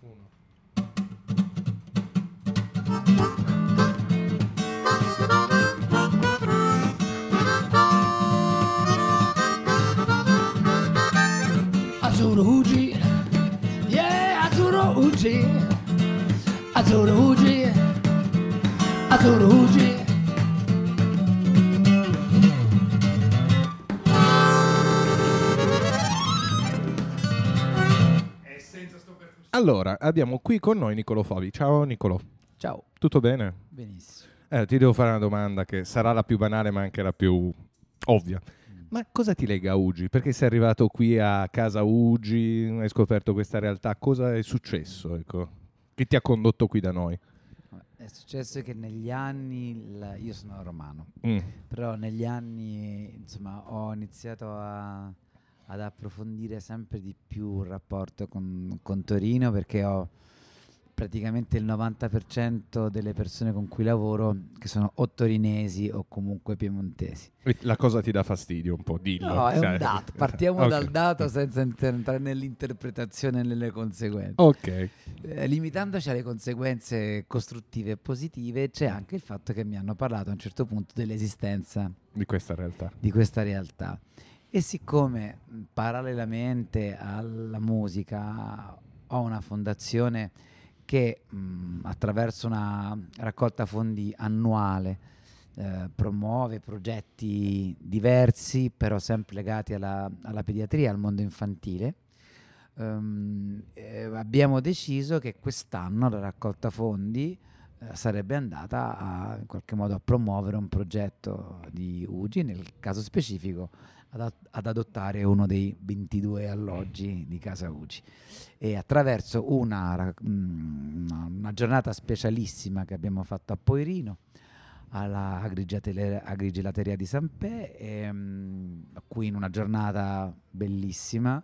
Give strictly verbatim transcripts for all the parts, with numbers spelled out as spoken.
Uno. Azzurro Ugi, yeah, Azzurro Ugi, Azzurro Ugi, Azzurro Ugi. Allora, abbiamo qui con noi Niccolò Favi. Ciao Niccolò. Ciao. Tutto bene? Benissimo. Eh, ti devo fare una domanda che sarà la più banale ma anche la più ovvia. Ma cosa ti lega a Ugi? Perché sei arrivato qui a casa Ugi, hai scoperto questa realtà, cosa è successo? Ecco? Che ti ha condotto qui da noi? È successo che negli anni, la, io sono romano, Mm. però negli anni insomma ho iniziato a, ad approfondire sempre di più il rapporto con, con Torino, perché ho praticamente il novanta per cento delle persone con cui lavoro che sono o torinesi o comunque piemontesi. E la cosa ti dà fastidio un po', dillo. No, è Sai. un dato, partiamo Ok. dal dato senza inter- entrare nell'interpretazione e nelle conseguenze. Ok. Eh, limitandoci alle conseguenze costruttive e positive, c'è anche il fatto che mi hanno parlato a un certo punto dell'esistenza Di questa realtà. di questa realtà. E siccome mh, parallelamente alla musica ho una fondazione che mh, attraverso una raccolta fondi annuale eh, promuove progetti diversi, però sempre legati alla, alla pediatria, al mondo infantile, Um, eh, abbiamo deciso che quest'anno la raccolta fondi eh, sarebbe andata a, in qualche modo a promuovere un progetto di Ugi, nel caso specifico ad, a- ad adottare uno dei ventidue alloggi di casa Ugi, e attraverso una, ra- mh, una, una giornata specialissima che abbiamo fatto a Poirino alla Agrigelateria, Agrigelateria di Sampè, e, mh, a cui in una giornata bellissima,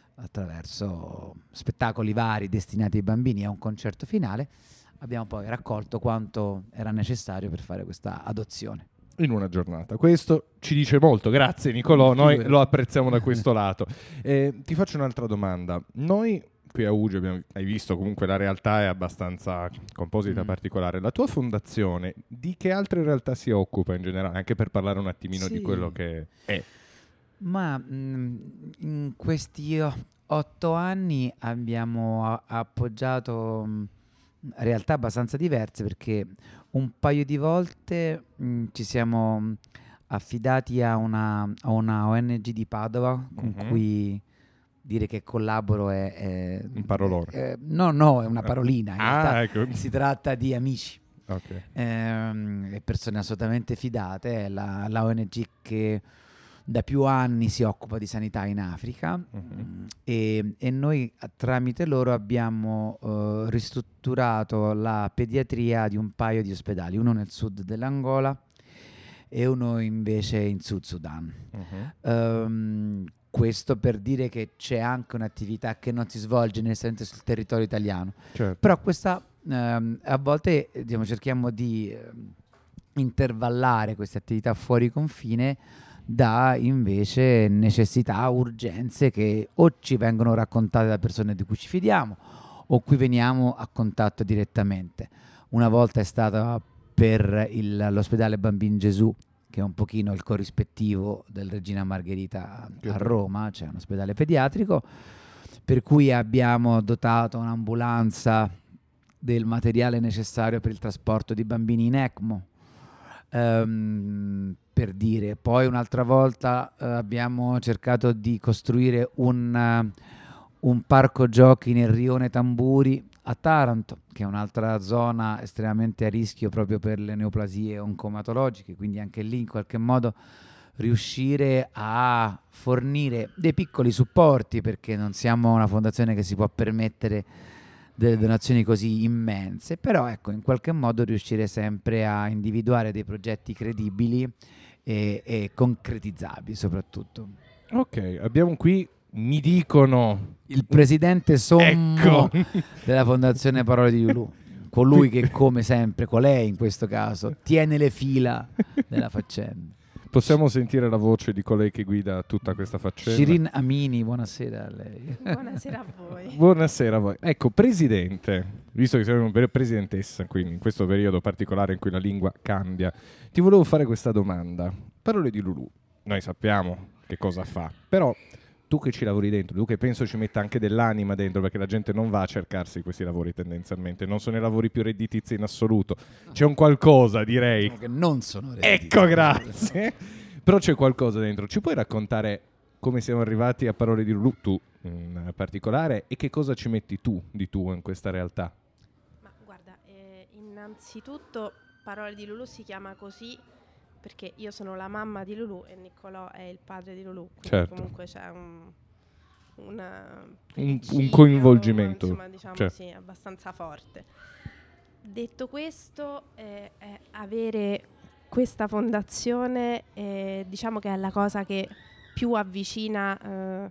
attraverso spettacoli vari destinati ai bambini e a un concerto finale, abbiamo poi raccolto quanto era necessario per fare questa adozione. In una giornata. Questo ci dice molto, grazie Niccolò, noi lo apprezziamo da questo lato. Eh, ti faccio un'altra domanda. Noi qui a Ugi abbiamo, hai visto comunque la realtà è abbastanza composita, Mm. particolare. La tua fondazione di che altre realtà si occupa in generale? Anche per parlare un attimino Sì. di quello che è. Ma mh, in questi o- otto anni abbiamo a- appoggiato mh, realtà abbastanza diverse, perché un paio di volte mh, ci siamo mh, affidati a una, a una O N G di Padova con Mhm. cui dire che collaboro è... è Un parolone. è- no, no, è una parolina. In Ah, realtà ecco. si tratta di amici Ok. ehm, e persone assolutamente fidate. È la, la O N G che da più anni si occupa di sanità in Africa. Mhm. mm, e, e noi a- tramite loro abbiamo eh, ristrutturato la pediatria di un paio di ospedali, uno nel sud dell'Angola e uno invece in Sud Sudan. Mhm. Ehm, questo per dire che c'è anche un'attività che non si svolge necessariamente sul territorio italiano, Certo. però questa ehm, a volte eh, diciamo, cerchiamo di ehm, intervallare queste attività fuori confine da invece necessità, urgenze che o ci vengono raccontate da persone di cui ci fidiamo o cui veniamo a contatto direttamente. Una volta è stata per il- l'ospedale Bambin Gesù, che è un pochino il corrispettivo del Regina Margherita Che a bello. Roma, c'è un ospedale pediatrico, per cui abbiamo dotato un'ambulanza del materiale necessario per il trasporto di bambini in ECMO. Ehm, per dire, poi un'altra volta eh, abbiamo cercato di costruire un, eh, un parco giochi nel rione Tamburi a Taranto, che è un'altra zona estremamente a rischio proprio per le neoplasie oncomatologiche, quindi anche lì in qualche modo riuscire a fornire dei piccoli supporti, perché non siamo una fondazione che si può permettere delle donazioni così immense, però ecco, in qualche modo riuscire sempre a individuare dei progetti credibili e, e concretizzabili soprattutto. Ok, abbiamo qui, mi dicono... Il presidente sommo Ecco. della Fondazione Parole di Lulu, colui che come sempre, colei in questo caso, tiene le fila della faccenda. Possiamo sentire la voce di colei che guida tutta questa faccenda? Shirin Amini, buonasera a lei. Buonasera a voi. Buonasera a voi. Ecco, presidente, visto che sei una presidentessa, quindi in questo periodo particolare in cui la lingua cambia, ti volevo fare questa domanda. Parole di Lulù, noi sappiamo che cosa fa, però tu che ci lavori dentro, tu che penso ci metta anche dell'anima dentro, perché la gente non va a cercarsi questi lavori tendenzialmente, non sono i lavori più redditizi in assoluto, c'è un qualcosa, direi. Diciamo che non sono redditizi. Ecco, grazie. Però c'è qualcosa dentro. Ci puoi raccontare come siamo arrivati a Parole di Lulù, tu in particolare, e che cosa ci metti tu di tuo in questa realtà? Ma guarda, eh, innanzitutto Parole di Lulù si chiama così perché io sono la mamma di Lulù e Niccolò è il padre di Lulù, quindi certo. comunque c'è un, una un, un coinvolgimento, insomma, diciamo certo. sì, abbastanza forte. Detto questo, eh, eh, avere questa fondazione eh, diciamo che è la cosa che più avvicina eh,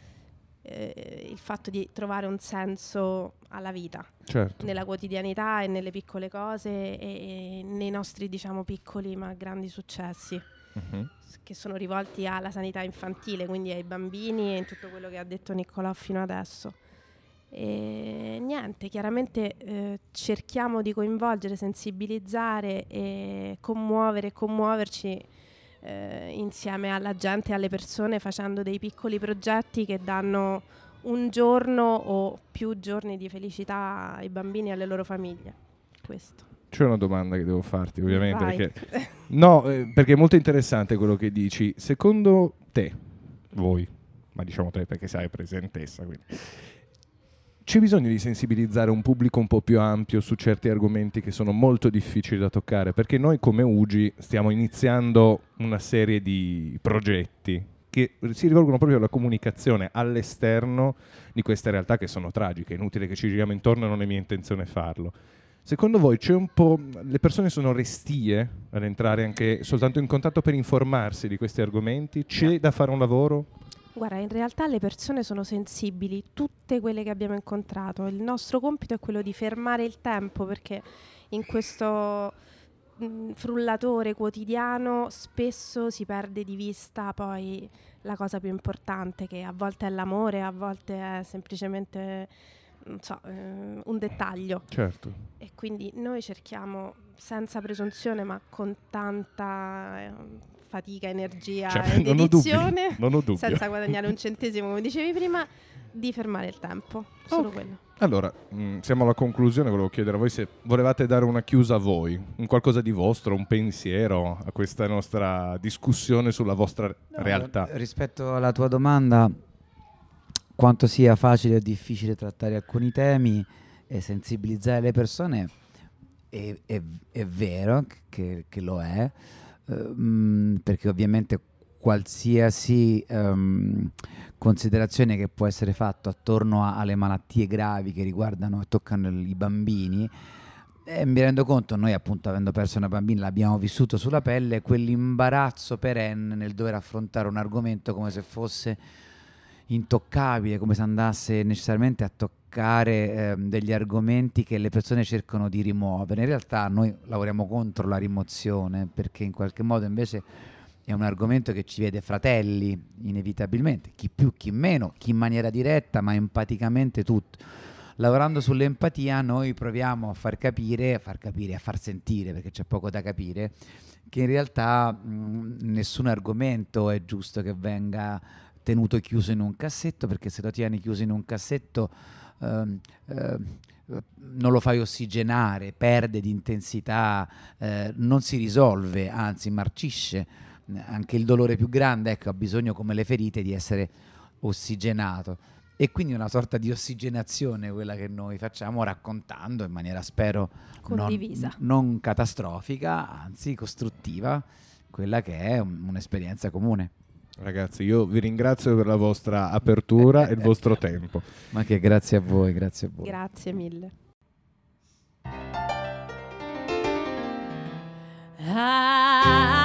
eh, il fatto di trovare un senso alla vita, certo. nella quotidianità e nelle piccole cose e, e nei nostri diciamo piccoli ma grandi successi uh-huh. che sono rivolti alla sanità infantile, quindi ai bambini e in tutto quello che ha detto Niccolò fino adesso. E niente, chiaramente eh, cerchiamo di coinvolgere, sensibilizzare e commuovere e commuoverci eh, insieme alla gente e alle persone, facendo dei piccoli progetti che danno un giorno o più giorni di felicità ai bambini e alle loro famiglie. Questo. C'è una domanda che devo farti, ovviamente, Vai. perché no, eh, perché è molto interessante quello che dici. Secondo te, voi, ma diciamo te perché sei presentessa, quindi c'è bisogno di sensibilizzare un pubblico un po' più ampio su certi argomenti che sono molto difficili da toccare, perché noi come U G I stiamo iniziando una serie di progetti che si rivolgono proprio alla comunicazione all'esterno di queste realtà che sono tragiche. È inutile che ci giriamo intorno, non è mia intenzione farlo. Secondo voi c'è un po', le persone sono restie ad entrare anche soltanto in contatto per informarsi di questi argomenti? C'è da fare un lavoro? Guarda, in realtà le persone sono sensibili, tutte quelle che abbiamo incontrato. Il nostro compito è quello di fermare il tempo, perché in questo mh, frullatore quotidiano spesso si perde di vista poi la cosa più importante, che a volte è l'amore, a volte è semplicemente non so, eh, un dettaglio. Certo. E quindi noi cerchiamo senza presunzione, ma con tanta eh, fatica, energia cioè, e non ho dedizione, dubbi, non ho dubbi. senza guadagnare un centesimo, come dicevi prima, di fermare il tempo. Solo okay. quello. Allora, mh, siamo alla conclusione. Volevo chiedere a voi se volevate dare una chiusa a voi, un qualcosa di vostro, un pensiero a questa nostra discussione sulla vostra no, realtà. Rispetto alla tua domanda, quanto sia facile o difficile trattare alcuni temi e sensibilizzare le persone, è, è, è vero che, che lo è, um, perché ovviamente qualsiasi um, considerazione che può essere fatta attorno a, alle malattie gravi che riguardano e toccano i bambini, eh, mi rendo conto, noi appunto avendo perso una bambina l'abbiamo vissuto sulla pelle, quell'imbarazzo perenne nel dover affrontare un argomento come se fosse intoccabile, come se andasse necessariamente a toccare eh, degli argomenti che le persone cercano di rimuovere. In realtà noi lavoriamo contro la rimozione, perché in qualche modo invece è un argomento che ci vede fratelli inevitabilmente, chi più chi meno, chi in maniera diretta ma empaticamente tutto. Lavorando sull'empatia noi proviamo a far capire, a far capire, a far sentire, perché c'è poco da capire, che in realtà mh, nessun argomento è giusto che venga tenuto chiuso in un cassetto, perché se lo tieni chiuso in un cassetto ehm, ehm, non lo fai ossigenare, perde di intensità, eh, non si risolve, anzi marcisce. Anche il dolore più grande, ecco, ha bisogno, come le ferite, di essere ossigenato, e quindi una sorta di ossigenazione quella che noi facciamo, raccontando in maniera, spero, condivisa, non, non catastrofica, anzi costruttiva, quella che è un, un'esperienza comune. Ragazzi, io vi ringrazio per la vostra apertura e il vostro tempo. Ma che grazie a voi, grazie a voi. Grazie mille. Ah